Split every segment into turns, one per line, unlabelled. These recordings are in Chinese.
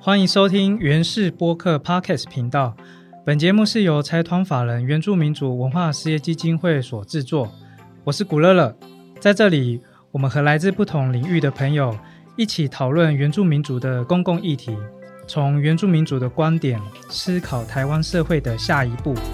欢迎收听原氏播客 Podcast 频道。本节目是由财团法人原住民族文化事业基金会所制作。我是古乐乐，在这里我们和来自不同领域的朋友一起讨论原住民族的公共议题，从原住民族的观点思考台湾社会的下一步。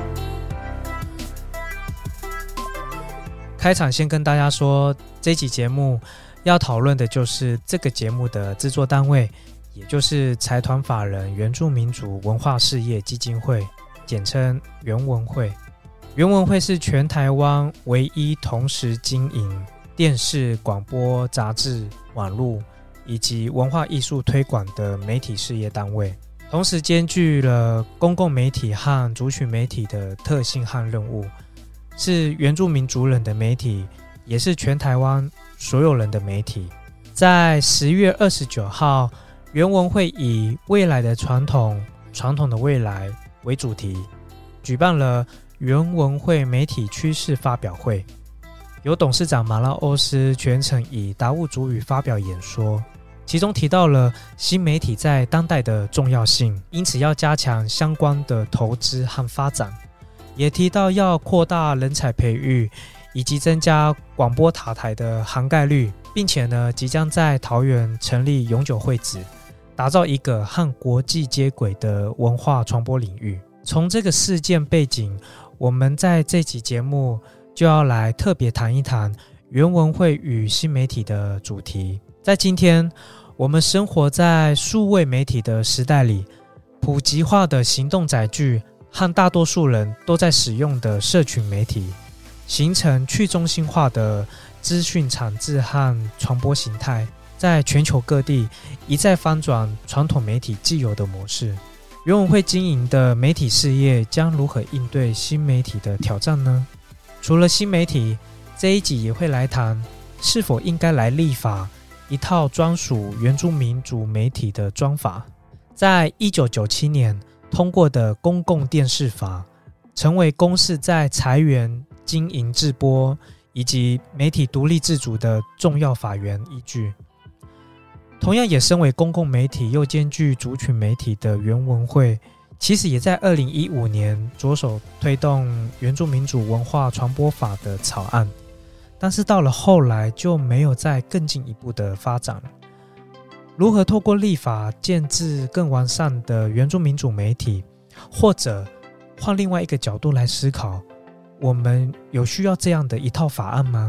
开场先跟大家说，这期节目要讨论的就是这个节目的制作单位，也就是财团法人原住民族文化事业基金会，简称原文会。原文会是全台湾唯一同时经营电视、广播、杂志、网络以及文化艺术推广的媒体事业单位，同时兼具了公共媒体和族群媒体的特性和任务，是原住民族人的媒体，也是全台湾所有人的媒体。在10月29号，原文会以未来的传统的未来为主题，举办了原文会媒体趋势发表会，由董事长马拉欧斯全程以达悟族语发表演说，其中提到了新媒体在当代的重要性，因此要加强相关的投资和发展，也提到要扩大人才培育以及增加广播塔台的涵盖率，并且呢，即将在桃园成立永久会址，打造一个和国际接轨的文化传播领域。从这个事件背景，我们在这期节目就要来特别谈一谈原文会与新媒体的主题。在今天，我们生活在数位媒体的时代里，普及化的行动载具和大多数人都在使用的社群媒体，形成去中心化的资讯产制和传播形态，在全球各地一再翻转传统媒体既有的模式。原文会经营的媒体事业将如何应对新媒体的挑战呢？除了新媒体，这一集也会来谈是否应该来立法一套专属原住民族媒体的专法。在1997年通过的公共电视法，成为公视在裁员、经营制播以及媒体独立自主的重要法源依据。同样也身为公共媒体又兼具族群媒体的原文会，其实也在2015年着手推动原住民族文化传播法的草案，但是到了后来就没有再更进一步的发展。如何透过立法建制更完善的原住民族媒体，或者换另外一个角度来思考，我们有需要这样的一套法案吗？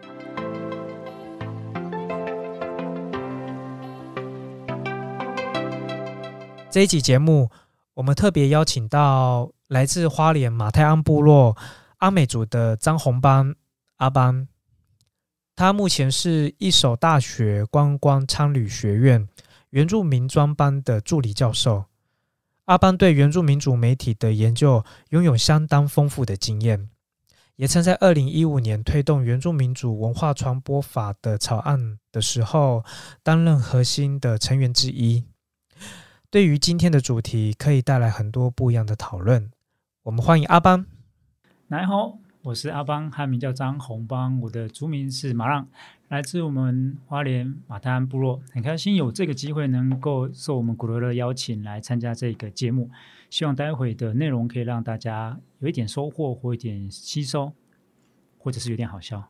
这一集节目，我们特别邀请到来自花莲马太安部落阿美族的张宏邦阿邦，他目前是一所大学观光参旅学院原住民专班的助理教授。阿邦对原住民族媒体的研究拥有相当丰富的经验，也曾在2015年推动原住民族文化传播法的草案的时候担任核心的成员之一。对于今天的主题可以带来很多不一样的讨论。我们欢迎阿邦。
大家好，我是阿邦，汉名叫张宏邦，我的族名是马浪，来自我们花莲马太安部落，很开心有这个机会能够受我们古乐乐邀请来参加这个节目，希望待会的内容可以让大家有一点收获或一点吸收，或者是有点好笑。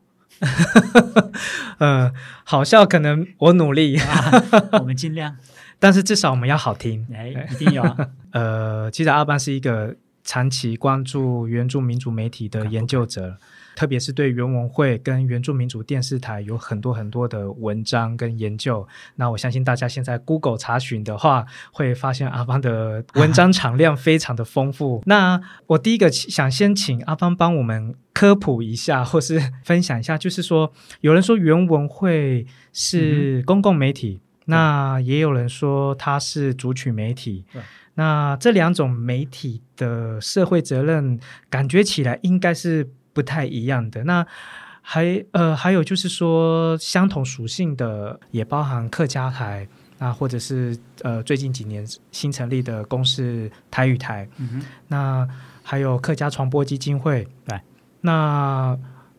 好笑可能我努力，
我们尽量，
但是至少我们要好听。
一定有
其实阿邦是一个长期关注原住民族媒体的研究者，特别是对原文会跟原住民族电视台有很多的文章跟研究。那我相信大家现在 Google 查询的话，会发现阿邦的文章产量非常的丰富。那我第一个想先请阿邦帮我们科普一下，或是分享一下，就是说有人说原文会是公共媒体，那也有人说它是族群媒体，那这两种媒体的社会责任感觉起来应该是不太一样的。那还有就是说相同属性的也包含客家台，那或者是最近几年新成立的公视台语台，那还有客家传播基金会。对，那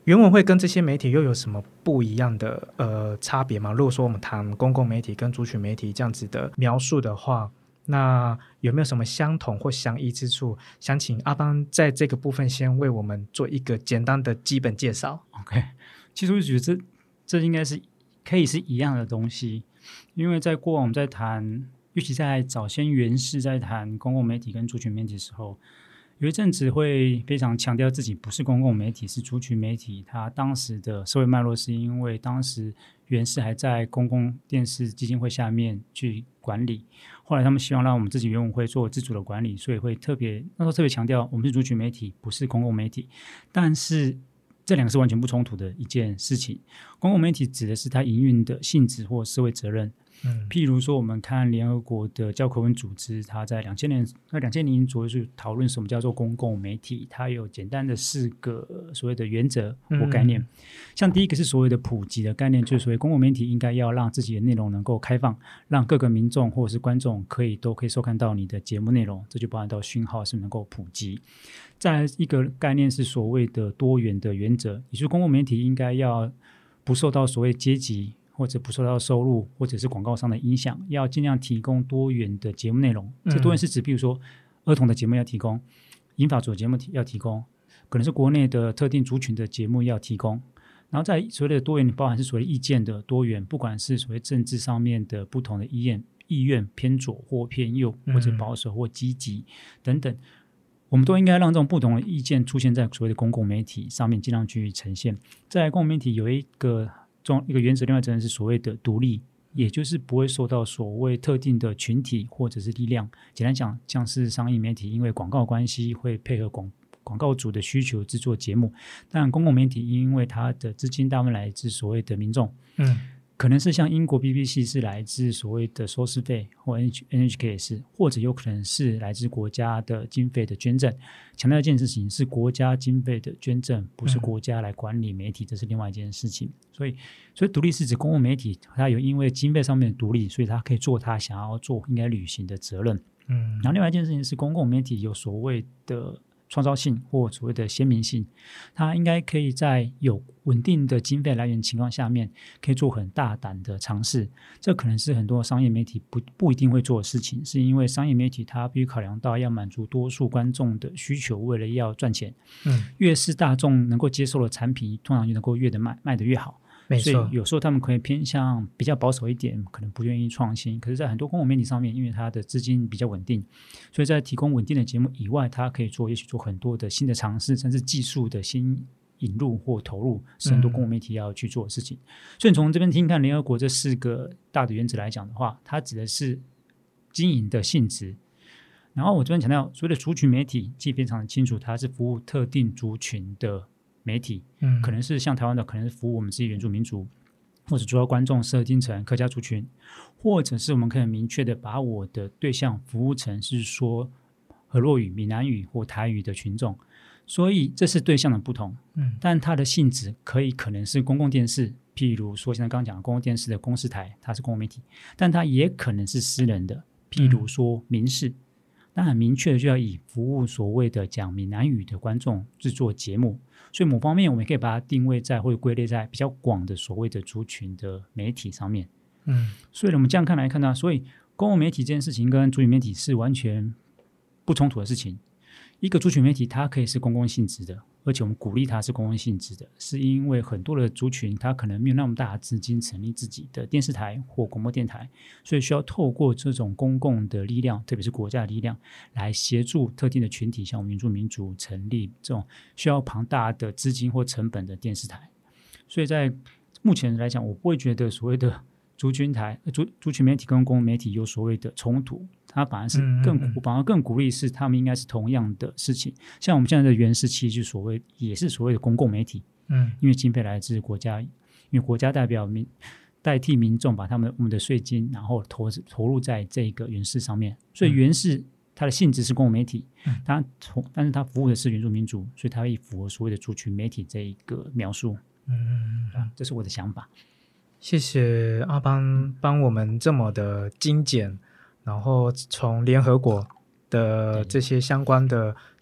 原文会跟这些媒体又有什么不一样的差别吗？如果说我们谈公共媒体跟族群媒体这样子的描述的话，那有没有什么相同或相异之处？想请阿邦在这个部分先为我们做一个简单的基本介绍。
OK， 其实我觉得这应该是可以是一样的东西，因为在过往我们在谈，尤其在早先原始在谈公共媒体跟族群媒体的时候，有一阵子会非常强调自己不是公共媒体，是族群媒体。他当时的社会脉络是因为当时原始还在公共电视基金会下面去管理，后来他们希望让我们自己原文会做自主的管理，所以会那时候特别强调我们是族群媒体，不是公共媒体。但是这两个是完全不冲突的一件事情。公共媒体指的是它营运的性质或社会责任。譬如说我们看联合国的教科文组织，它在2000年左右去讨论什么叫做公共媒体，它有简单的4个所谓的原则或概念。像第一个是所谓的普及的概念，就是所谓公共媒体应该要让自己的内容能够开放，让各个民众或者是观众都可以收看到你的节目内容，这就包含到讯号是能够普及。再来一个概念是所谓的多元的原则，也就是公共媒体应该要不受到所谓阶级或者不受到收入或者是广告商的影响，要尽量提供多元的节目内容。这多元是指比如说儿童的节目要提供，银发族的节目要提供，可能是国内的特定族群的节目要提供。然后在所谓的多元包含是所谓意见的多元，不管是所谓政治上面的不同的意愿偏左或偏右，或者保守或积极等等，我们都应该让这种不同的意见出现在所谓的公共媒体上面，尽量去呈现。在公共媒体有一个原则，另外责任是所谓的独立，也就是不会受到所谓特定的群体或者是力量。简单讲，像是商业媒体因为广告关系会配合广告主的需求制作节目，但公共媒体因为它的资金大部分来自所谓的民众，可能是像英国 BBC 是来自所谓的收视费，或 NHK 也是，或者有可能是来自国家的经费的捐赠。强调一件事情是国家经费的捐赠，不是国家来管理媒体，这是另外一件事情。所以独立是指公共媒体它有因为经费上面的独立，所以它可以做它想要做应该履行的责任。然后另外一件事情是公共媒体有所谓的创造性或所谓的鲜明性，它应该可以在有稳定的经费来源情况下面，可以做很大胆的尝试。这可能是很多商业媒体不一定会做的事情，是因为商业媒体它必须考量到要满足多数观众的需求，为了要赚钱。越是大众能够接受的产品，通常就能够卖得越好。所以有时候他们可以偏向比较保守一点，可能不愿意创新。可是在很多公共媒体上面，因为它的资金比较稳定，所以在提供稳定的节目以外，它可以也许做很多的新的尝试，甚至技术的新引入或投入，是很多公共媒体要去做的事情。所以从这边听看联合国这4个大的原则来讲的话，它指的是经营的性质。然后我这边强调所谓的族群媒体既非常的清楚，它是服务特定族群的媒体，可能是像台湾的，可能是服务我们自己原住民族，或者主要观众设定成客家族群，或者是我们可以明确的把我的对象服务成是说河洛语、闽南语或台语的群众。所以这是对象的不同，但它的性质可能是公共电视，譬如说现在刚刚讲的公共电视的公视台，它是公共媒体，但它也可能是私人的，譬如说民视。那很明确的就要以服务所谓的讲闽南语的观众制作节目，所以某方面我们也可以把它定位在或者归类在比较广的所谓的族群的媒体上面。所以我们这样看来看到，所以公共媒体这件事情跟族群媒体是完全不冲突的事情。一个族群媒体它可以是公共性质的，而且我们鼓励它是公共性质的，是因为很多的族群它可能没有那么大的资金成立自己的电视台或广播电台，所以需要透过这种公共的力量，特别是国家的力量，来协助特定的群体，像我们原住民族成立这种需要庞大的资金或成本的电视台。所以在目前来讲，我不会觉得所谓的族群媒体跟公共媒体有所谓的冲突，它反而是反而更鼓励是他们应该是同样的事情。像我们现在的原视器也是所谓的公共媒体，因为经费来自国家，因为国家代替民众把我们的税金然后投入在这个原视上面，所以原视它的性质是公共媒体，但是它服务的是原住民族，所以它会符合所谓的族群媒体这一个描述。这是我的想法。
谢谢阿邦帮我们这么的精简，然后从联合国的这些相关的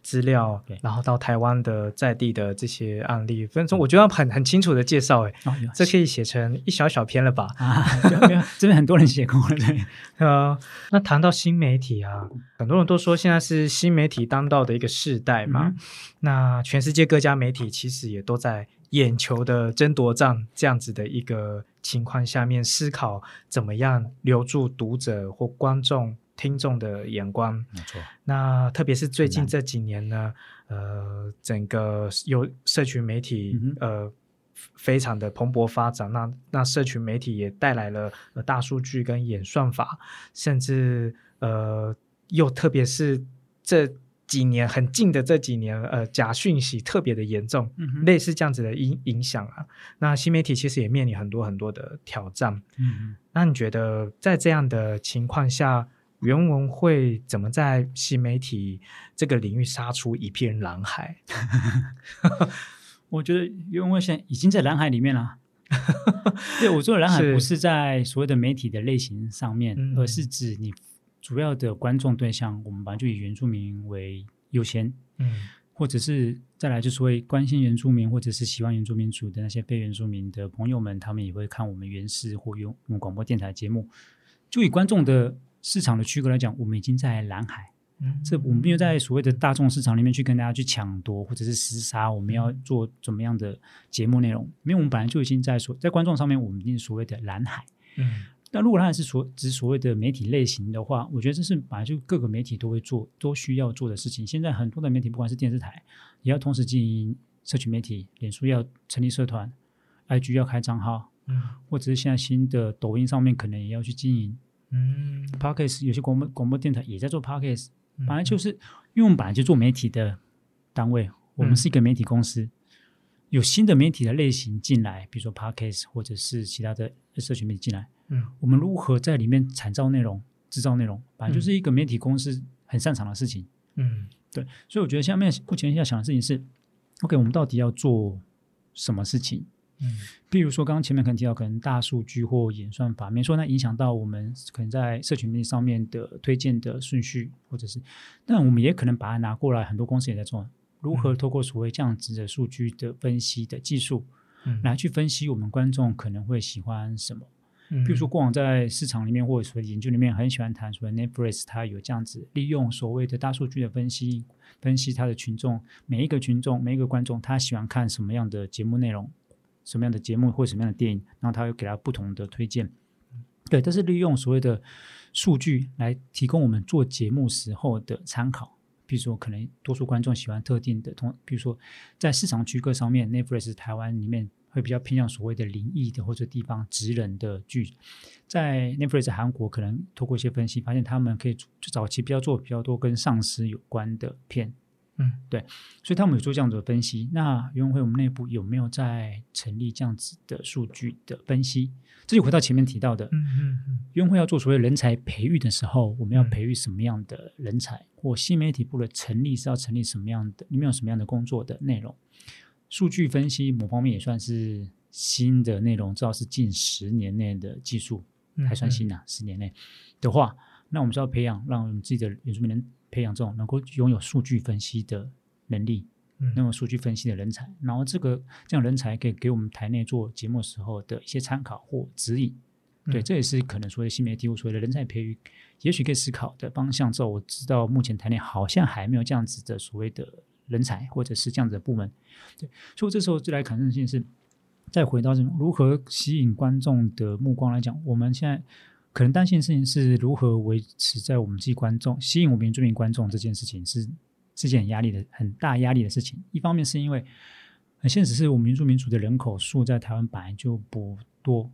资料
对，
然后到台湾的在地的这些案例，反正我觉得很清楚的介绍，这可以写成一小小篇了吧？
没有，这边很多人写过了，对。
那谈到新媒体啊，很多人都说现在是新媒体当道的一个世代嘛，那全世界各家媒体其实也都在眼球的争夺战这样子的一个情况下面思考怎么样留住读者或观众听众的眼光。
没错。
那特别是最近这几年呢，整个有社群媒体非常的蓬勃发展，那社群媒体也带来了大数据跟演算法，甚至又特别是这几年很近的这几年假讯息特别的严重，类似这样子的影响啊。那新媒体其实也面临很多很多的挑战。那你觉得在这样的情况下，原文会怎么在新媒体这个领域杀出一片蓝海？
我觉得原文会现在已经在蓝海里面了。对，我说的蓝海不是在所谓的媒体的类型上面，而是指你主要的观众对象，我们本来就以原住民为优先，或者是再来就是会关心原住民或者是喜欢原住民族的那些非原住民的朋友们，他们也会看我们原视或用我们广播电台节目。就以观众的市场的区隔来讲，我们已经在蓝海。这我们没有在所谓的大众市场里面去跟大家去抢夺或者是厮杀，我们要做怎么样的节目内容，因为我们本来就已经在观众上面我们已经是所谓的蓝海。但如果蓝海是指所谓的媒体类型的话，我觉得这是本来就各个媒体都需要做的事情。现在很多的媒体不管是电视台也要同时经营社群媒体，脸书要成立社团， IG 要开账号，或者是现在新的抖音上面可能也要去经营Podcast， 有些广播电台也在做 Podcast。本来就是因为我们本来就做媒体的单位，我们是一个媒体公司，有新的媒体的类型进来，比如说 Podcast 或者是其他的社群媒体进来，我们如何在里面产造内容、制造内容，本来就是一个媒体公司很擅长的事情。对，所以我觉得下面目前要想的事情是 OK， 我们到底要做什么事情？比如说刚刚前面可能提到可能大数据或演算法，没错，那影响到我们可能在社群媒体上面的推荐的顺序，或者是，但我们也可能把它拿过来，很多公司也在做，如何透过所谓这样子的数据的分析的技术，来去分析我们观众可能会喜欢什么。比如说过往在市场里面或者所谓研究里面很喜欢谈所谓 Netflix， 它有这样子利用所谓的大数据的分析它的群众，每一个观众他喜欢看什么样的节目内容，什么样的节目或什么样的电影，然后他会给他不同的推荐。对，这是利用所谓的数据来提供我们做节目时候的参考。比如说可能多数观众喜欢特定的比如说在市场区隔上面 Netflix 台湾里面会比较偏向所谓的灵异的或者地方职人的剧，在 Netflix 韩国可能透过一些分析发现他们可以早期做比较多跟丧尸有关的片。对，所以他们有做这样子的分析。那原文会我们内部有没有在成立这样子的数据的分析？这就回到前面提到的，原文会要做所谓人才培育的时候，我们要培育什么样的人才，或新媒体部的成立是要成立什么样的，里面有什么样的工作的内容？数据分析某方面也算是新的内容，至少是近10年内的技术，还算新啊。10年内的话，那我们是要培养，让我们自己的原住民人培养这种能够拥有数据分析的能力，拥有数据分析的人才，然后这样人才可以给我们台内做节目时候的一些参考或指引。对，这也是可能所谓新媒体或所谓的人才培育也许可以思考的方向。之后我知道目前台内好像还没有这样子的所谓的人才或者是这样子的部门。对，所以这时候就来看事情是再回到如何吸引观众的目光来讲，我们现在可能担心的事情是如何维持在我们自己观众吸引我们原住民观众这件事情是件很大压力的事情。一方面是因为很现实，是我们原住民族的人口数在台湾本来就不多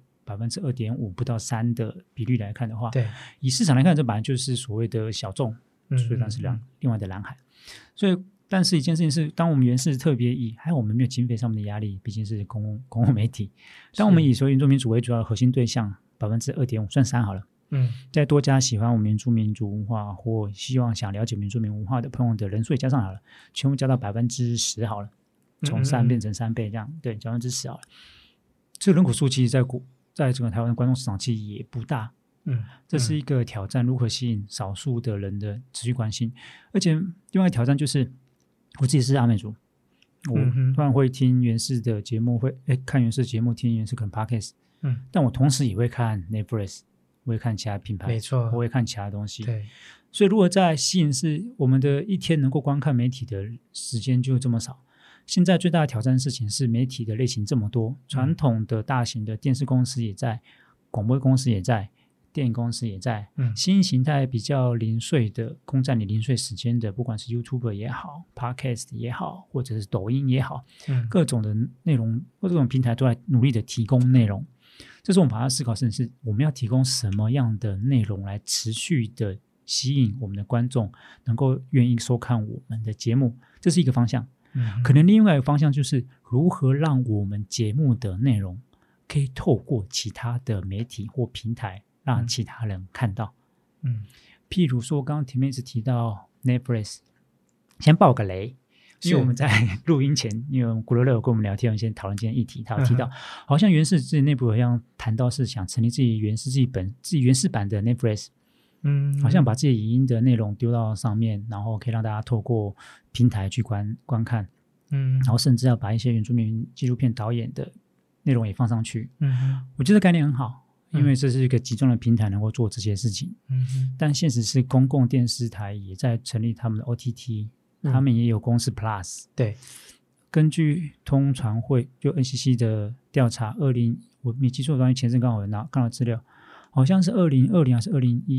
，2.5%不到3%的比率来看的话，
对，
以市场来看，这本来就是所谓的小众，所以它是另外的蓝海。所以但是一件事情是，当我们原是特别还有我们没有经费上面的压力，毕竟是公共媒体，当我们以所谓原住民族为主要的核心对象2.5%算3好了，再多加喜欢我们原住民族文化或希望想了解原住民文化的朋友的人数也加上好了，全部加到10%好了，从3变成3倍这样，对，10%好了。这个人口数其实在整个台湾的观众市场其实也不大，这是一个挑战，如何吸引少数的人的持续关心。而且另外一个挑战就是我自己是阿美族，我突然会听原视的节目，会看原视节目，听原视可能 podcast，但我同时也会看 Netflix， 我会看其他品牌，
没错，
我会看其他东西。
对，
所以如果在吸引是我们的一天能够观看媒体的时间就这么少。现在最大的挑战事情是媒体的类型这么多，传统的大型的电视公司也在，广播公司也在，电影公司也在，新形态比较零碎的攻占你零碎时间的，不管是 YouTuber 也好 Podcast 也好，或者是抖音也好，各种的内容或各种平台都在努力的提供内容。这是我们把它思考成是我们要提供什么样的内容来持续的吸引我们的观众能够愿意收看我们的节目，这是一个方向。可能另外一个方向就是如何让我们节目的内容可以透过其他的媒体或平台让其他人看到。譬如说刚刚前面一直提到 Netflix， 先爆个雷，因为我们在录音前，因为我们古乐乐有跟我们聊天，我们先讨论今天议题，他有提到好像原视自己内部好像谈到是想成立自己原视版的 Netflix，好像把自己影音的内容丢到上面，然后可以让大家透过平台去观看，然后甚至要把一些原住民纪录片导演的内容也放上去。我觉得概念很好，因为这是一个集中的平台能够做这些事情。但现实是公共电视台也在成立他们的 OTT，他们也有公司 Plus。对，根据通传会就 NCC 的调查，我没记错的东西，前阵刚好有看到资料。好像是2020还是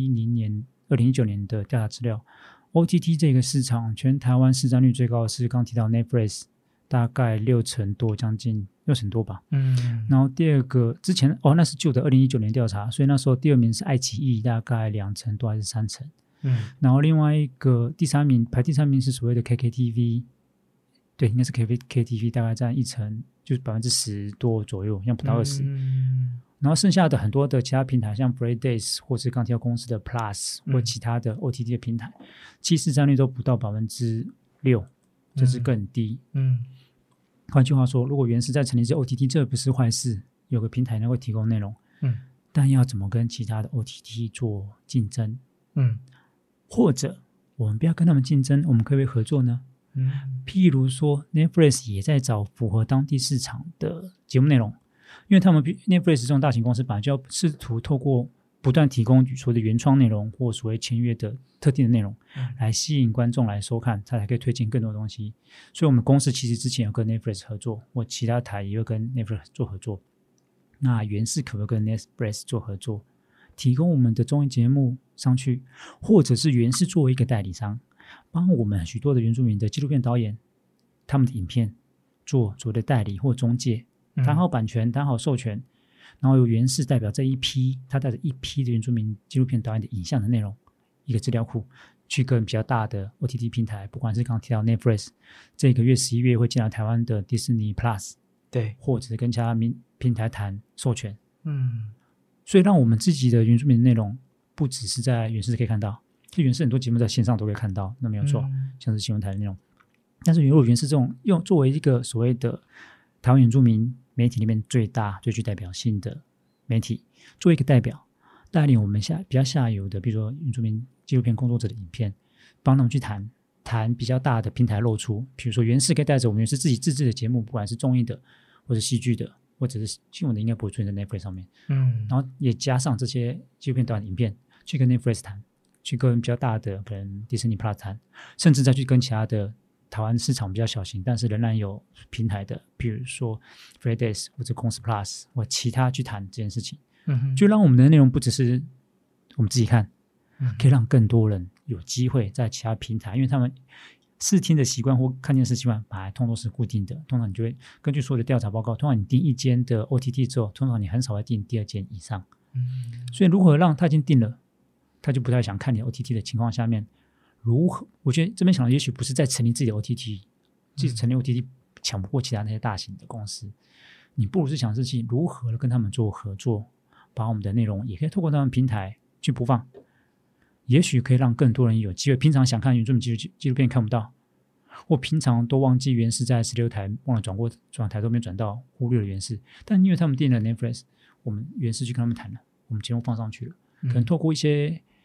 2019年的调查资料 OTT 这个市场全台湾市占率最高的是刚提到 Netflix， 大概60%多，将近60%多吧。然后第二个之前那是旧的2019年调查，所以那时候第二名是爱奇艺，大概2%多还是3%。然后另外一个排第三名是所谓的 KKTV， 对，应该是 KTV， 大概占1%，就是10%多左右，像不到20%。然后剩下的很多的其他平台，像 Playdays 或是刚提到公司的 Plus 或其他的 OTT 的平台，其实市占率都不到6%，这是更低。换句话说，如果原视在成立这 OTT， 这不是坏事，有个平台能够提供内容。但要怎么跟其他的 OTT 做竞争？或者我们不要跟他们竞争，我们可不可以合作呢？譬如说 Netflix 也在找符合当地市场的节目内容，因为他们 Netflix 这种大型公司本来就要试图透过不断提供所谓的原创内容或所谓签约的特定的内容，来吸引观众来收看，它才可以推进更多东西。所以我们公司其实之前有跟 Netflix 合作，或其他台也有跟 Netflix 做合作。那原视可不可以跟 Netflix 做合作，提供我们的综艺节目上去，或者是原视作为一个代理商，帮我们许多的原住民的纪录片导演他们的影片做所谓的代理或中介，谈好版权，谈好授权，然后由原视代表这一批，他带着一批的原住民纪录片导演的影像的内容，一个资料库，去跟比较大的 OTT 平台，不管是刚刚提到 Netflix， 这个月11月会进来台湾的 Disney Plus， 对，或者是跟其他平台谈授权。所以让我们自己的原住民的内容不只是在原视可以看到，其实原视很多节目在线上都可以看到，那没有错，像是新闻台的内容。但是如果原视这种作为一个所谓的台湾原住民媒体里面最大最具代表性的媒体，作为一个代表，带领我们比较下游的，比如说原住民纪录片工作者的影片，帮他们去谈比较大的平台露出。比如说原视可以带着我们原视自己自制的节目，不管是综艺的或者戏剧的或者是新闻的，应该不会出现在 Netflix 上面。然后也加上这些纪录片导演的影片去跟 Netflix 谈，去跟比较大的可能 Disney Plus 谈，甚至再去跟其他的台湾市场比较小型但是仍然有平台的，比如说 Playdays 或者公司 Plus 或其他去谈这件事情。就让我们的内容不只是我们自己看，可以让更多人有机会在其他平台，因为他们视听的习惯或看电视习惯本来通常都是固定的，通常你就会根据所有的调查报告，通常你订一间的 OTT 之后，通常你很少会订第二间以上。所以如何让他已经订了，他就不太想看你的 OTT 的情况下面，如何？我觉得这边想的也许不是在成立自己的 OTT， 自己成立 OTT 抢不过其他那些大型的公司，你不如是想事情如何跟他们做合作，把我们的内容也可以透过他们平台去播放，也许可以让更多人有机会，平常想看原住民纪录片看不到，或平常都忘记原视在16台忘了转台都没有转到，忽略了原视，但因为他们订了 Netflix， 我们原视去跟他们谈了，我们节目放上去了，可能透过一些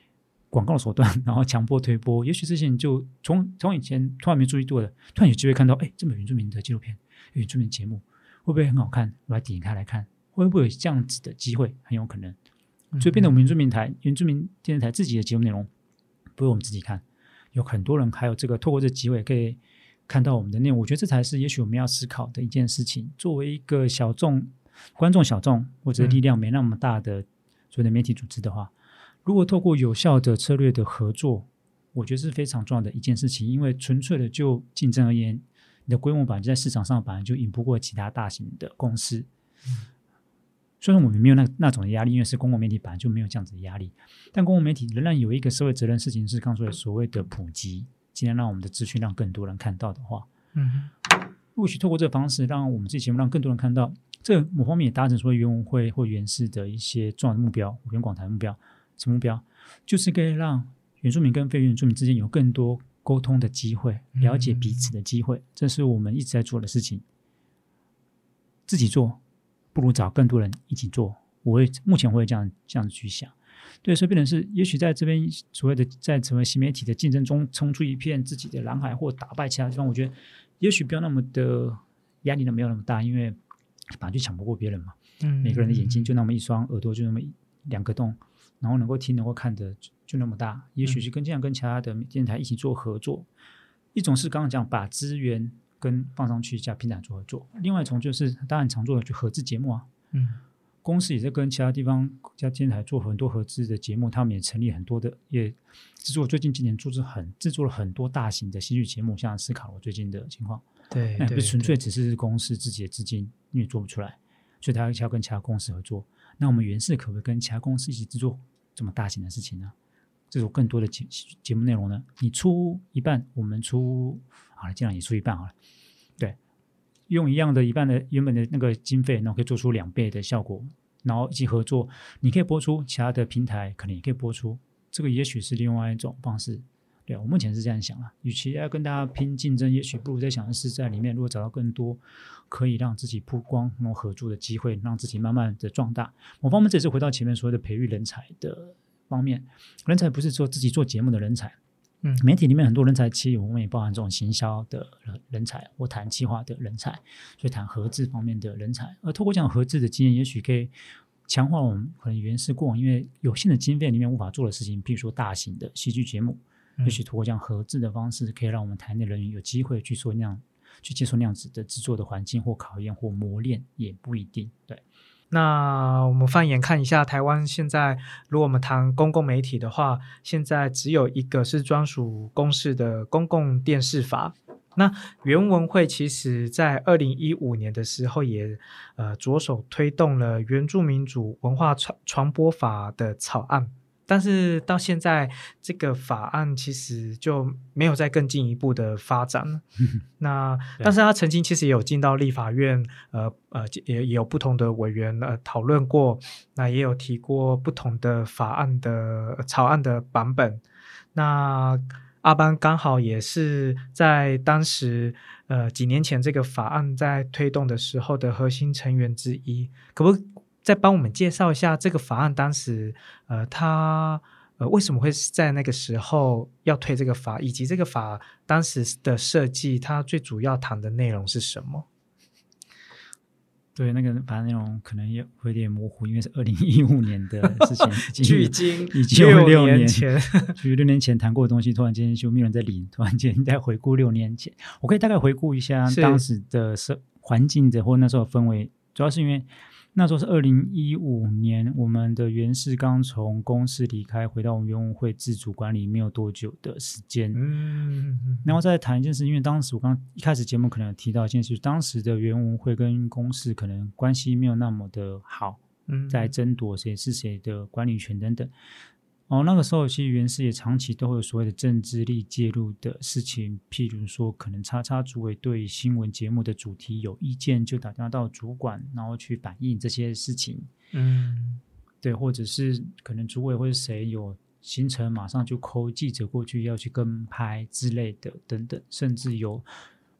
广告的手段，然后强迫推播，也许这些人就从以前突然没注意过的，突然有机会看到，哎，这么原住民的纪录片、原住民节目会不会很好看？我来点开来看，会不会有这样子的机会？很有可能，所以变成我们原住民电视台自己的节目内容，不是我们自己看，有很多人还有这个透过这个机会可以看到我们的内容。我觉得这才是也许我们要思考的一件事情。作为一个观众小众或者力量没那么大的所谓的媒体组织的话，如果透过有效的策略的合作，我觉得是非常重要的一件事情。因为纯粹的就竞争而言，你的规模本来就在市场上本来就赢不过其他大型的公司。虽然我们没有那种的压力，因为是公共媒体本来就没有这样子的压力，但公共媒体仍然有一个社会责任事情是刚说的所谓的普及，尽量让我们的资讯让更多人看到的话，或许透过这个方式让我们这节目让更多人看到，这某方面也达成所谓原文会或原市的一些重要的目标，原广台目标。什么目标？就是可以让原住民跟非原住民之间有更多沟通的机会，了解彼此的机会，这是我们一直在做的事情。自己做不如找更多人一起做，目前我会这样子去想。对，所以变成是也许在这边所谓的在成为新媒体的竞争中冲出一片自己的蓝海或打败其他地方，我觉得也许不要那么的压力没有那么大，因为本来就抢不过别人嘛。每个人的眼睛就那么一双，耳朵就那么2个洞，然后能够听能够看的就那么大，也许是跟其他的电视台一起做合作。一种是刚刚讲把资源跟放上去加平台做合作，另外一种就是当然常做的就合资节目啊。公司也在跟其他地方加电视台做很多合资的节目，他们也成立很多的，也制作最近几年制作了很多大型的戏剧节目，像斯卡罗最近的情况。
对，
那不是纯粹只是公司自己的资金因为做不出来，所以他要跟其他公司合作。那我们原视可不可以跟其他公司一起制作这么大型的事情呢？制作更多的节目内容呢？你出一半，我们出好了，这样也出一半好了。对，用一样的一半的原本的那个经费，然后可以做出2倍的效果，然后一起合作，你可以播出，其他的平台可能也可以播出，这个也许是另外一种方式。对，我目前是这样想啦，与其要跟大家拼竞争，也许不如在想的是在里面如果找到更多可以让自己曝光然后合作的机会，让自己慢慢的壮大。某方面这也是回到前面所谓的培育人才的方面，人才不是说自己做节目的人才，媒体里面很多人才其实我们也包含这种行销的人才或谈企划的人才，所以谈合资方面的人才，而透过这样合资的经验，也许可以强化我们可能原视过往因为有限的经费里面无法做的事情，譬如说大型的戏剧节目，也许通过这样合资的方式，可以让我们台内人员有机会去接受那样子的制作的环境或考验或磨练，也不一定。对，
那我们放眼看一下台湾现在，如果我们谈公共媒体的话，现在只有一个是专属公视的公共电视法。那原文会其实在2015年的时候也着手推动了原住民族文化传播法的草案，但是到现在这个法案其实就没有再更进一步的发展了。那但是他曾经其实也有进到立法院，也有不同的委员讨论过，那也有提过不同的法案的草案的版本。那阿班刚好也是在当时几年前这个法案在推动的时候的核心成员之一，可不可以再帮我们介绍一下这个法案当时它为什么会在那个时候要推这个法，以及这个法当时的设计它最主要谈的内容是什么？
对，那个法案内容可能也会有点模糊，因为是2015年的事情，
距今
已经有6年
前，
距6年前谈过的东西，突然间就没有人在理，突然间在回顾6年前。我可以大概回顾一下当时的环境的或那时候的氛围，主要是因为那时候是2015年，我们的原视刚从公视离开，回到我们原文会自主管理没有多久的时间。然后再谈一件事，因为当时我刚一开始节目可能有提到一件事，当时的原文会跟公视可能关系没有那么的好，在争夺谁是谁的管理权等等。那个时候其实原视也长期都会有所谓的政治力介入的事情，譬如说可能叉主委对新闻节目的主题有意见，就打电话到主管，然后去反映这些事情。对，或者是可能主委或者谁有行程，马上就call记者过去要去跟拍之类的等等，甚至有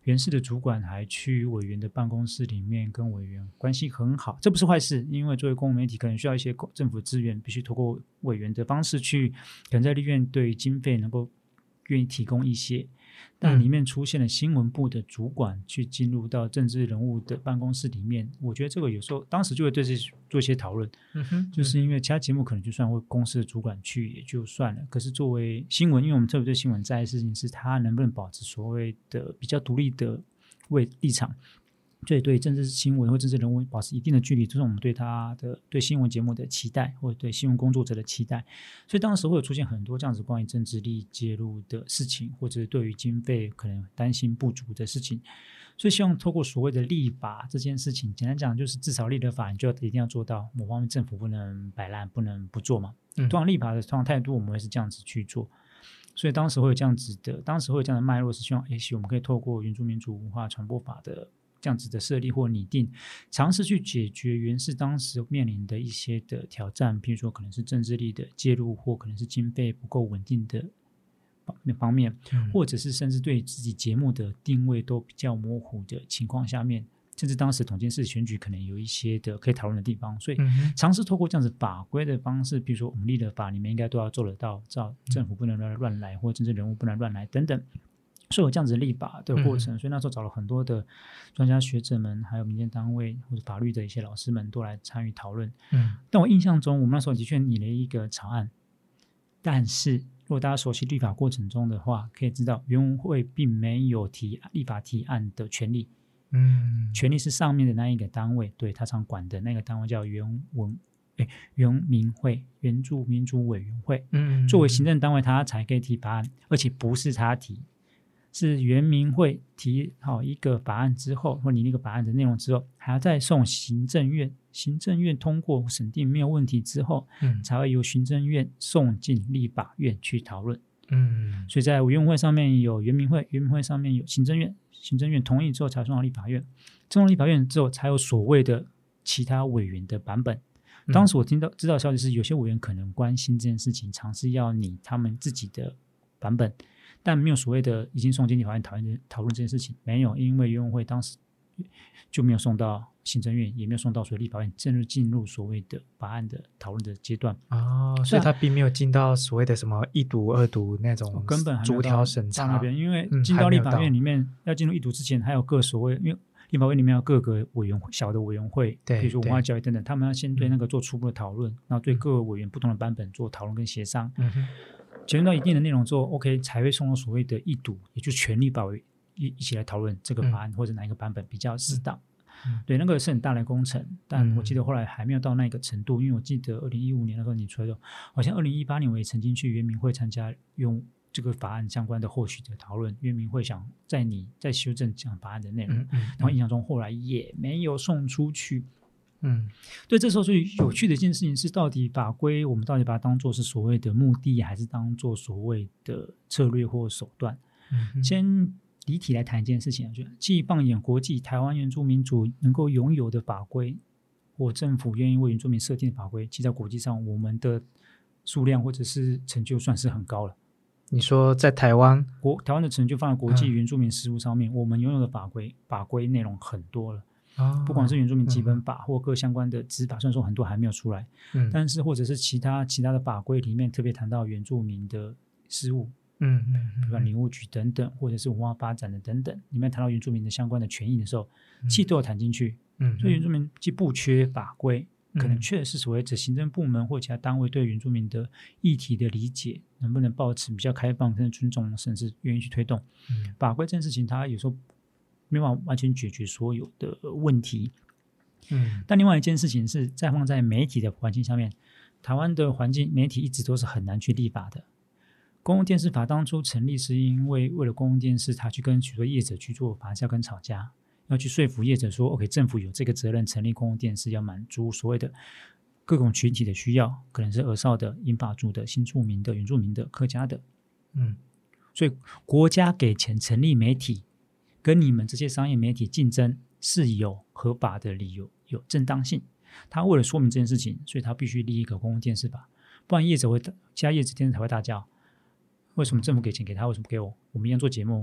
原市的主管还去委员的办公室里面跟委员关系很好，这不是坏事，因为作为公共媒体可能需要一些政府资源，必须透过委员的方式去，可能在立院对经费能够愿意提供一些，但里面出现了新闻部的主管去进入到政治人物的办公室里面，我觉得这个有时候当时就会对这做一些讨论，就是因为其他节目可能就算会公司的主管去也就算了，可是作为新闻，因为我们特别对新闻在意的事情是它能不能保持所谓的比较独立的立场，所以对政治新闻或政治人物保持一定的距离，这是我们对他的对新闻节目的期待，或者对新闻工作者的期待。所以当时会有出现很多这样子关于政治力介入的事情，或者对于经费可能担心不足的事情。所以希望透过所谓的立法这件事情，简单讲就是至少立了法，你就一定要做到某方面政府不能摆烂，不能不做嘛。通常立法的通常态度我们会是这样子去做。所以当时会有这样子的脉络，是希望也许我们可以透过原住民族文化传播法的这样子的设立或拟定，尝试去解决原市当时面临的一些的挑战，比如说可能是政治力的介入，或可能是经费不够稳定的方面，或者是甚至对自己节目的定位都比较模糊的情况下面，甚至当时统监事选举可能有一些的可以讨论的地方，所以尝试透过这样子法规的方式，比如说我们立的法里面应该都要做得到，政府不能乱来，或政治人物不能乱来等等，所以有这样子立法的过程，所以那时候找了很多的专家学者们，还有民间单位或者法律的一些老师们都来参与讨论。但我印象中我们那时候的确拟了一个草案，但是如果大家熟悉立法过程中的话，可以知道原文会并没有立法提案的权利。权利是上面的那一个单位，对他常管的那个单位叫原民会，原住民族委员会。作为行政单位，他才可以提法案，而且不是他提，是原民会提好一个法案之后，或你那个法案的内容之后，还要再送行政院，行政院通过审定没有问题之后，才会由行政院送进立法院去讨论。所以在委员会上面有原民会，原民会上面有行政院，行政院同意之后才送到立法院，送到立法院之后才有所谓的其他委员的版本。当时我知道的消息是，有些委员可能关心这件事情，尝试要拟他们自己的版本，但没有所谓的已经送进立法院讨论这件事情，没有，因为原委会当时就没有送到行政院，也没有送到所谓立法院，进入所谓的法案的讨论的阶段。
所以他并没有进到所谓的什么一读二读那种
根本
逐条审查
那边，因为进到立法院里面，要进入一读之前，还有所谓，因为立法院里面有各个委员会，小的委员会，比如说文化教育等等，他们要先对那个做初步的讨论，然后对各个委员不同的版本做讨论跟协商。前到一定的内容之后 ，OK 才会送到所谓的一读，也就全立法委一起来讨论这个法案或者哪一个版本比较适当。对，那个是很大的工程，但我记得后来还没有到那个程度，因为我记得2015年的时候你说的，好像2018年我也曾经去原民会参加用这个法案相关的后续的讨论，原民会想再修正讲法案的内容，然后印象中后来也没有送出去。对，这时候最有趣的一件事情是，到底法规我们到底把它当作是所谓的目的，还是当作所谓的策略或手段？先离题来谈一件事情，既放眼国际，台湾原住民族能够拥有的法规，或政府愿意为原住民设定的法规，其实在国际上我们的数量或者是成就算是很高了。
你说在台湾
的成就放在国际原住民事务上面，我们拥有的法规内容很多了。不管是原住民基本法或各相关的执法，虽然说很多还没有出来，但是或者是其他的法规里面特别谈到原住民的事务，比如说林务局等等，或者是文化发展的等等，里面谈到原住民的相关的权益的时候，其实都有谈进去。所以原住民既不缺法规，可能确实所谓的行政部门或其他单位对原住民的议题的理解，能不能保持比较开放、甚至尊重，甚至愿意去推动法规这件事情，它有时候没办法完全解决所有的问题。但另外一件事情是，再放在媒体的环境下面，台湾的环境媒体一直都是很难去立法的。公共电视法当初成立是因为了公共电视，他去跟许多业者去做法是要跟吵架，要去说服业者说 OK 政府有这个责任成立公共电视，要满足所谓的各种群体的需要，可能是儿少的、银发族的、新住民的、原住民的、客家的。所以国家给钱成立媒体，跟你们这些商业媒体竞争是有合法的理由，有正当性。他为了说明这件事情，所以他必须立一个公共电视法，不然其他业者电视台会大叫，为什么政府给钱给他，为什么不给我？我们一样做节目，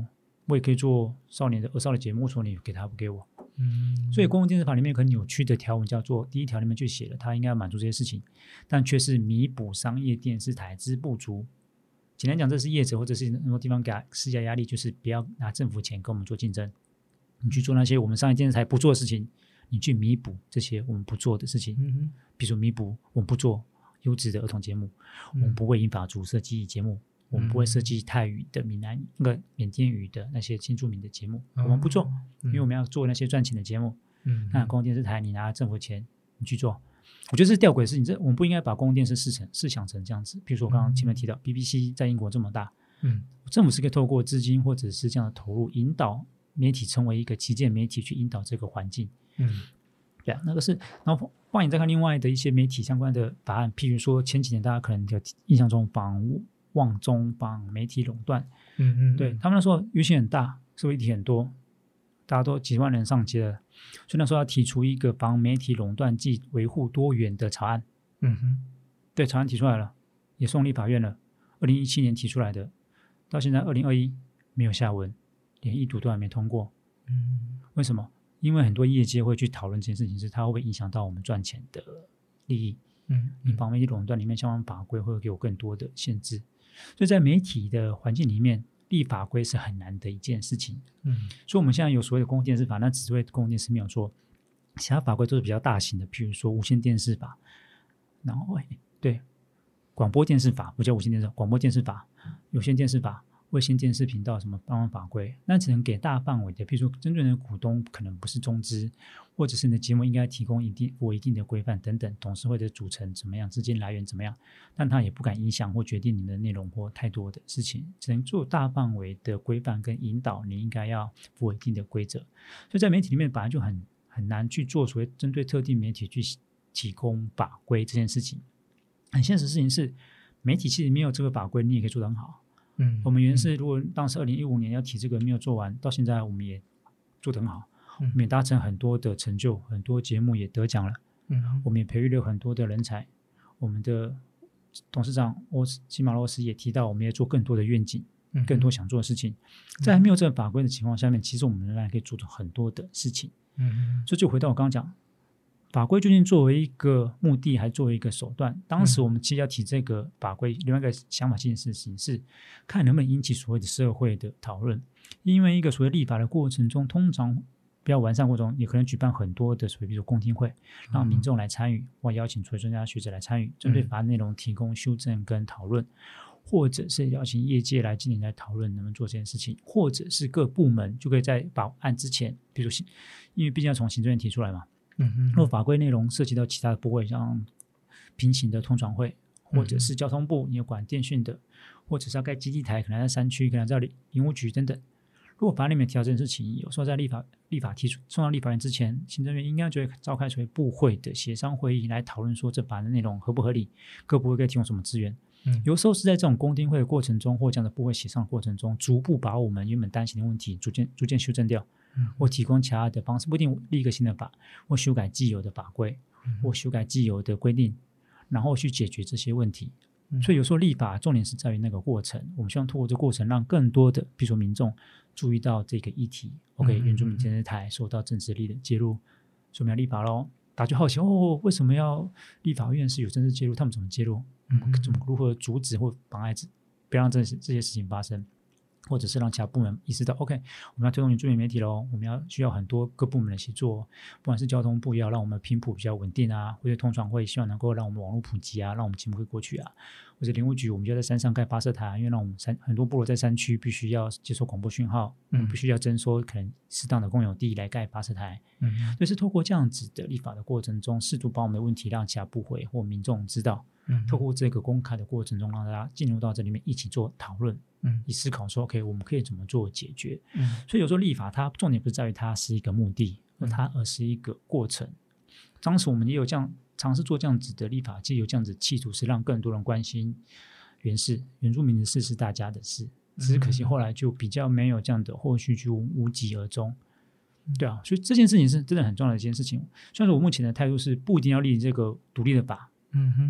我也可以做少年的儿少的节目，说你给他不给我。所以公共电视法里面很扭曲的条文叫做第一条里面就写了，它应该要满足这些事情，但却是弥补商业电视台之不足。简单讲，这是业者或者是很多地方给他施加压力，就是不要拿政府钱跟我们做竞争，你去做那些我们商业电视台不做的事情，你去弥补这些我们不做的事情。比如弥补我们不做优质的儿童节目，我们不为银发族设计节目，我们不会设计泰语的缅甸语的那些新著名的节目，我们不做，因为我们要做那些赚钱的节目。那公共电视台你拿政府钱你去做，我觉得这是吊诡的事情。我们不应该把公共电视试想成这样子。比如说我刚刚前面提到 BBC 在英国这么大，政府是可以透过资金或者是这样的投入，引导媒体成为一个旗舰媒体，去引导这个环境。对啊，那个是。然后换你再看另外的一些媒体相关的法案，譬如说前几年大家可能有印象中旺中防媒体垄断，对，他们那时候舆情很大，社会议题很多，大家都几万人上街了，所以那时候要提出一个防媒体垄断及维护多元的草案。对，草案提出来了，也送立法院了，2017年提出来的，到现在2021没有下文，连一读都还没通过。为什么？因为很多业界会去讨论这件事情，是它会不会影响到我们赚钱的利益。你防媒体垄断里面相关法规会给我更多的限制，所以在媒体的环境里面，立法规是很难的一件事情。所以我们现在有所谓的公共电视法，那只为公共电视没有说，其他法规都是比较大型的，譬如说无线电视法，然后对，广播电视法不叫无线电视，广播电视法、有线电视法、卫星电视频道什么相关法规，那只能给大范围的，譬如说针对你的股东可能不是中资，或者是你的节目应该提供一定的规范等等，董事会的组成怎么样，资金来源怎么样，但他也不敢影响或决定你的内容或太多的事情，只能做大范围的规范跟引导，你应该要符合一定的规则。所以在媒体里面本来就很难去做所谓针对特定媒体去提供法规这件事情。很现实的事情是，媒体其实没有这个法规，你也可以做得很好。我们原是如果当时2015年要提这个没有做完，到现在我们也做得很好，我们也达成很多的成就，很多节目也得奖了，我们也培育了很多的人才。我们的董事长西马罗斯也提到，我们也做更多的愿景，更多想做的事情。在还没有这个法规的情况下面，其实我们仍然可以做出很多的事情。所以就回到我刚刚讲，法规究竟作为一个目的还是作为一个手段，当时我们其实要提这个法规，另外一个想法性的事情是看能不能引起所谓的社会的讨论。因为一个所谓立法的过程中，通常比较完善过程中，也可能举办很多的所谓比如公听会，让民众来参与，或邀请所谓专家学者来参与，针对法案内容提供修正跟讨论，或者是邀请业界来进行来讨论能不能做这件事情，或者是各部门就可以在法案之前，比如因为毕竟要从行政院提出来嘛，如果法规内容涉及到其他的部位，像平行的通传会，或者是交通部你有管电讯的，或者是要盖基地台，可能在山区，可能在林务局等等。如果法案里面提到这件事情，有时候在立法提出送到立法院之前，行政院应该就会召开所谓部会的协商会议来讨论说这法案的内容合不合理，各部会可以提供什么资源。有时候是在这种公听会的过程中，或这样的部会协商的过程中，逐步把我们原本担心的问题逐渐修正掉，或提供其他的方式，不一定立一个新的法，或修改既有的法规，或修改既有的规定，然后去解决这些问题。所以有时候立法重点是在于那个过程，我们希望透过这个过程让更多的比如说民众注意到这个议题。OK， 原住民电视台受到政治力的介入，所以我们要立法咯。大家就好奇为什么要立法院是有政治介入，他们怎么介入，如何阻止或妨碍不要让这些事情发生，或者是让其他部门意识到 OK， 我们要推动原住民媒体咯，我们需要很多各部门的协作，不管是交通部要让我们频谱比较稳定啊，或者通传会希望能够让我们网络普及啊，让我们节目可以过去啊，或者林务局我们就要在山上盖发射台，因为让我们很多部落在山区必须要接受广播讯号，必须要征收可能适当的公有地来盖发射台。所以是透过这样子的立法的过程中，试图把我们的问题让其他部会或民众知道，透过这个公开的过程中，让大家进入到这里面一起做讨论，以思考说 OK 我们可以怎么做解决。所以有时候立法它重点不是在于它是一个目的，而是一个过程。当时我们也有这样尝试做这样子的立法，既有这样子企图是让更多人关心原住民的事是大家的事，只是可惜后来就比较没有这样的后续，就无疾而终。对啊，所以这件事情是真的很重要的一件事情。虽然说我目前的态度是不一定要立这个独立的法，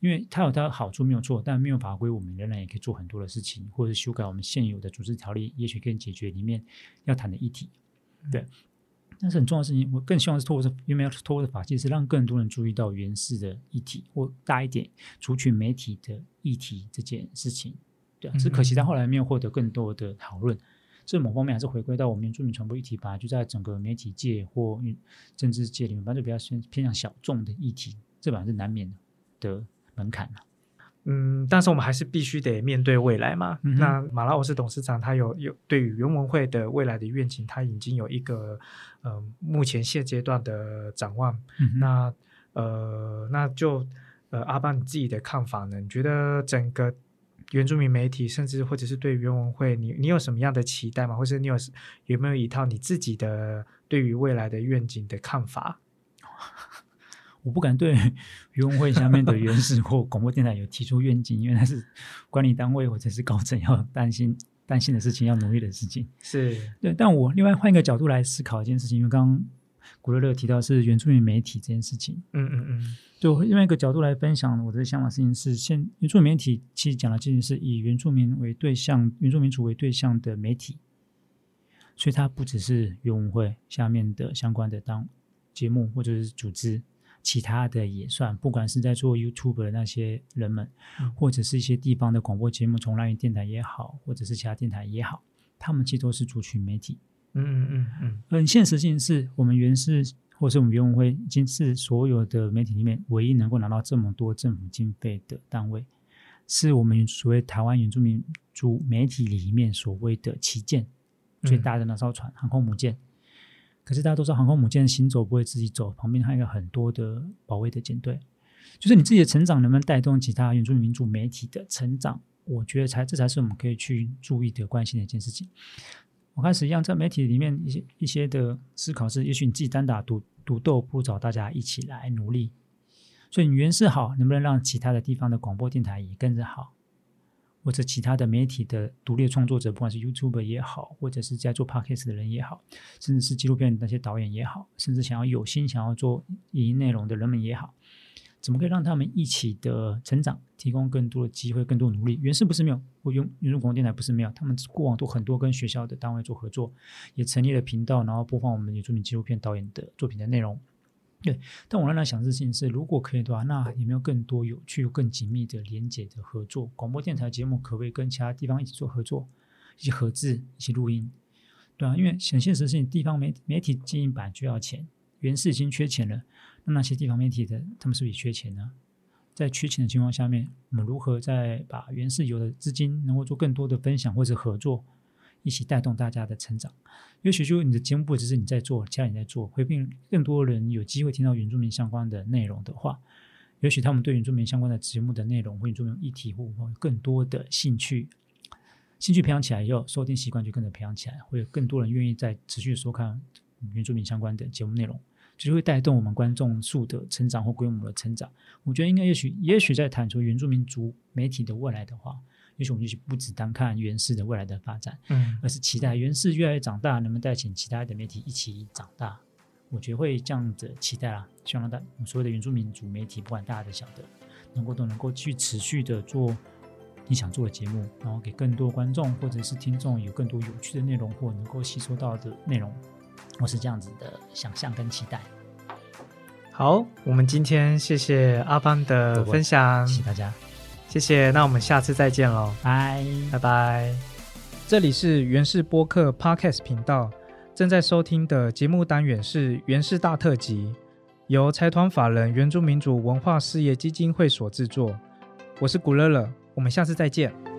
因为它有它的好处没有错，但没有法规我们仍然也可以做很多的事情，或者修改我们现有的组织条例，也许可以解决里面要谈的议题。对，但是很重要的事情，我更希望是透过法纪是让更多人注意到原氏的议题，或大一点族群媒体的议题这件事情。对啊，只可惜他后来没有获得更多的讨论。这某方面还是回归到我们原住民传播议题吧，就在整个媒体界或政治界里面，反正就比较偏向小众的议题，这本来是难免的门槛啊。
但是我们还是必须得面对未来嘛。那马拉欧斯董事长他有对于原文会的未来的愿景，他已经有一个目前现阶段的展望。那就阿邦你自己的看法呢？你觉得整个原住民媒体，甚至或者是对原文会，你有什么样的期待吗？或者你有没有一套你自己的对于未来的愿景的看法？
我不敢对原文会下面的原氏或广播电台有提出愿景，因为那是管理单位或者是高层要担心的事情，要努力的事情。
是
对，但我另外换一个角度来思考一件事情，因为刚刚古乐乐提到是原住民媒体这件事情。就另外一个角度来分享我的想法事情是，原住民媒体其实讲的其实是以原住民为对象、原住民族为对象的媒体，所以它不只是原文会下面的相关的节目或者是组织，其他的也算，不管是在做 YouTube 的那些人们，或者是一些地方的广播节目，从蓝屿电台也好，或者是其他电台也好，他们其实都是族群媒体。很现实性是我们原氏或是我们原文会已经是所有的媒体里面唯一能够拿到这么多政府经费的单位，是我们所谓台湾原住民族媒体里面所谓的旗舰，最大的那艘船，航空母舰。可是大家都知道航空母舰行走不会自己走，旁边还有很多的保卫的舰队，就是你自己的成长能不能带动其他原住民族媒体的成长，我觉得这才是我们可以去注意的关心的一件事情。我开始一样在媒体里面一些的思考是，也许你自己单打独斗，不如找大家一起来努力。所以你原氏好，能不能让其他的地方的广播电台也跟着好，或者其他的媒体的独立创作者，不管是 YouTuber 也好，或者是在做 Podcast 的人也好，甚至是纪录片的那些导演也好，甚至想要做影音内容的人们也好，怎么可以让他们一起的成长，提供更多的机会，更多的努力。原氏不是没有，或原住广播电台不是没有，他们过往都很多跟学校的单位做合作，也成立了频道，然后播放我们原住民纪录片导演的作品的内容。对，但我仍然想的事情是，如果可以的话，那有没有更多有趣、更紧密的连结的合作？广播电台节目可不可以跟其他地方一起做合作，一起合制，一起录音？对啊，因为很现实的事情，地方媒体经营版就要钱，原氏已经缺钱了，那些地方媒体的他们是不是也缺钱呢？在缺钱的情况下面，我们如何再把原氏有的资金能够做更多的分享或者合作，一起带动大家的成长？也许就你的节目不只是你在做，其他人在做，会变更多人有机会听到原住民相关的内容的话，也许他们对原住民相关的节目的内容或原住民议题会有更多的兴趣培养起来以后，收听习惯就跟着培养起来，会有更多人愿意再持续收看原住民相关的节目内容，就是会带动我们观众数的成长或规模的成长。我觉得应该也许在谈出原住民族媒体的未来的话，也许我们不只单看原氏的未来的发展，而是期待原氏越来越长大，能不能带起其他的媒体一起长大。我觉得会这样的期待啦，希望让所有的原住民族媒体，不管大的小的，都能够去持续的做你想做的节目，然后给更多观众或者是听众有更多有趣的内容或能够吸收到的内容。我是这样子的想象跟期待。
好，我们今天谢谢阿邦的分享，
谢谢大家，
谢谢。那我们下次再见咯，拜拜。这里是原氏播客 Podcast 频道，正在收听的节目单元是原氏大特辑，由财团法人原住民族文化事业基金会所制作。我是古乐乐，我们下次再见。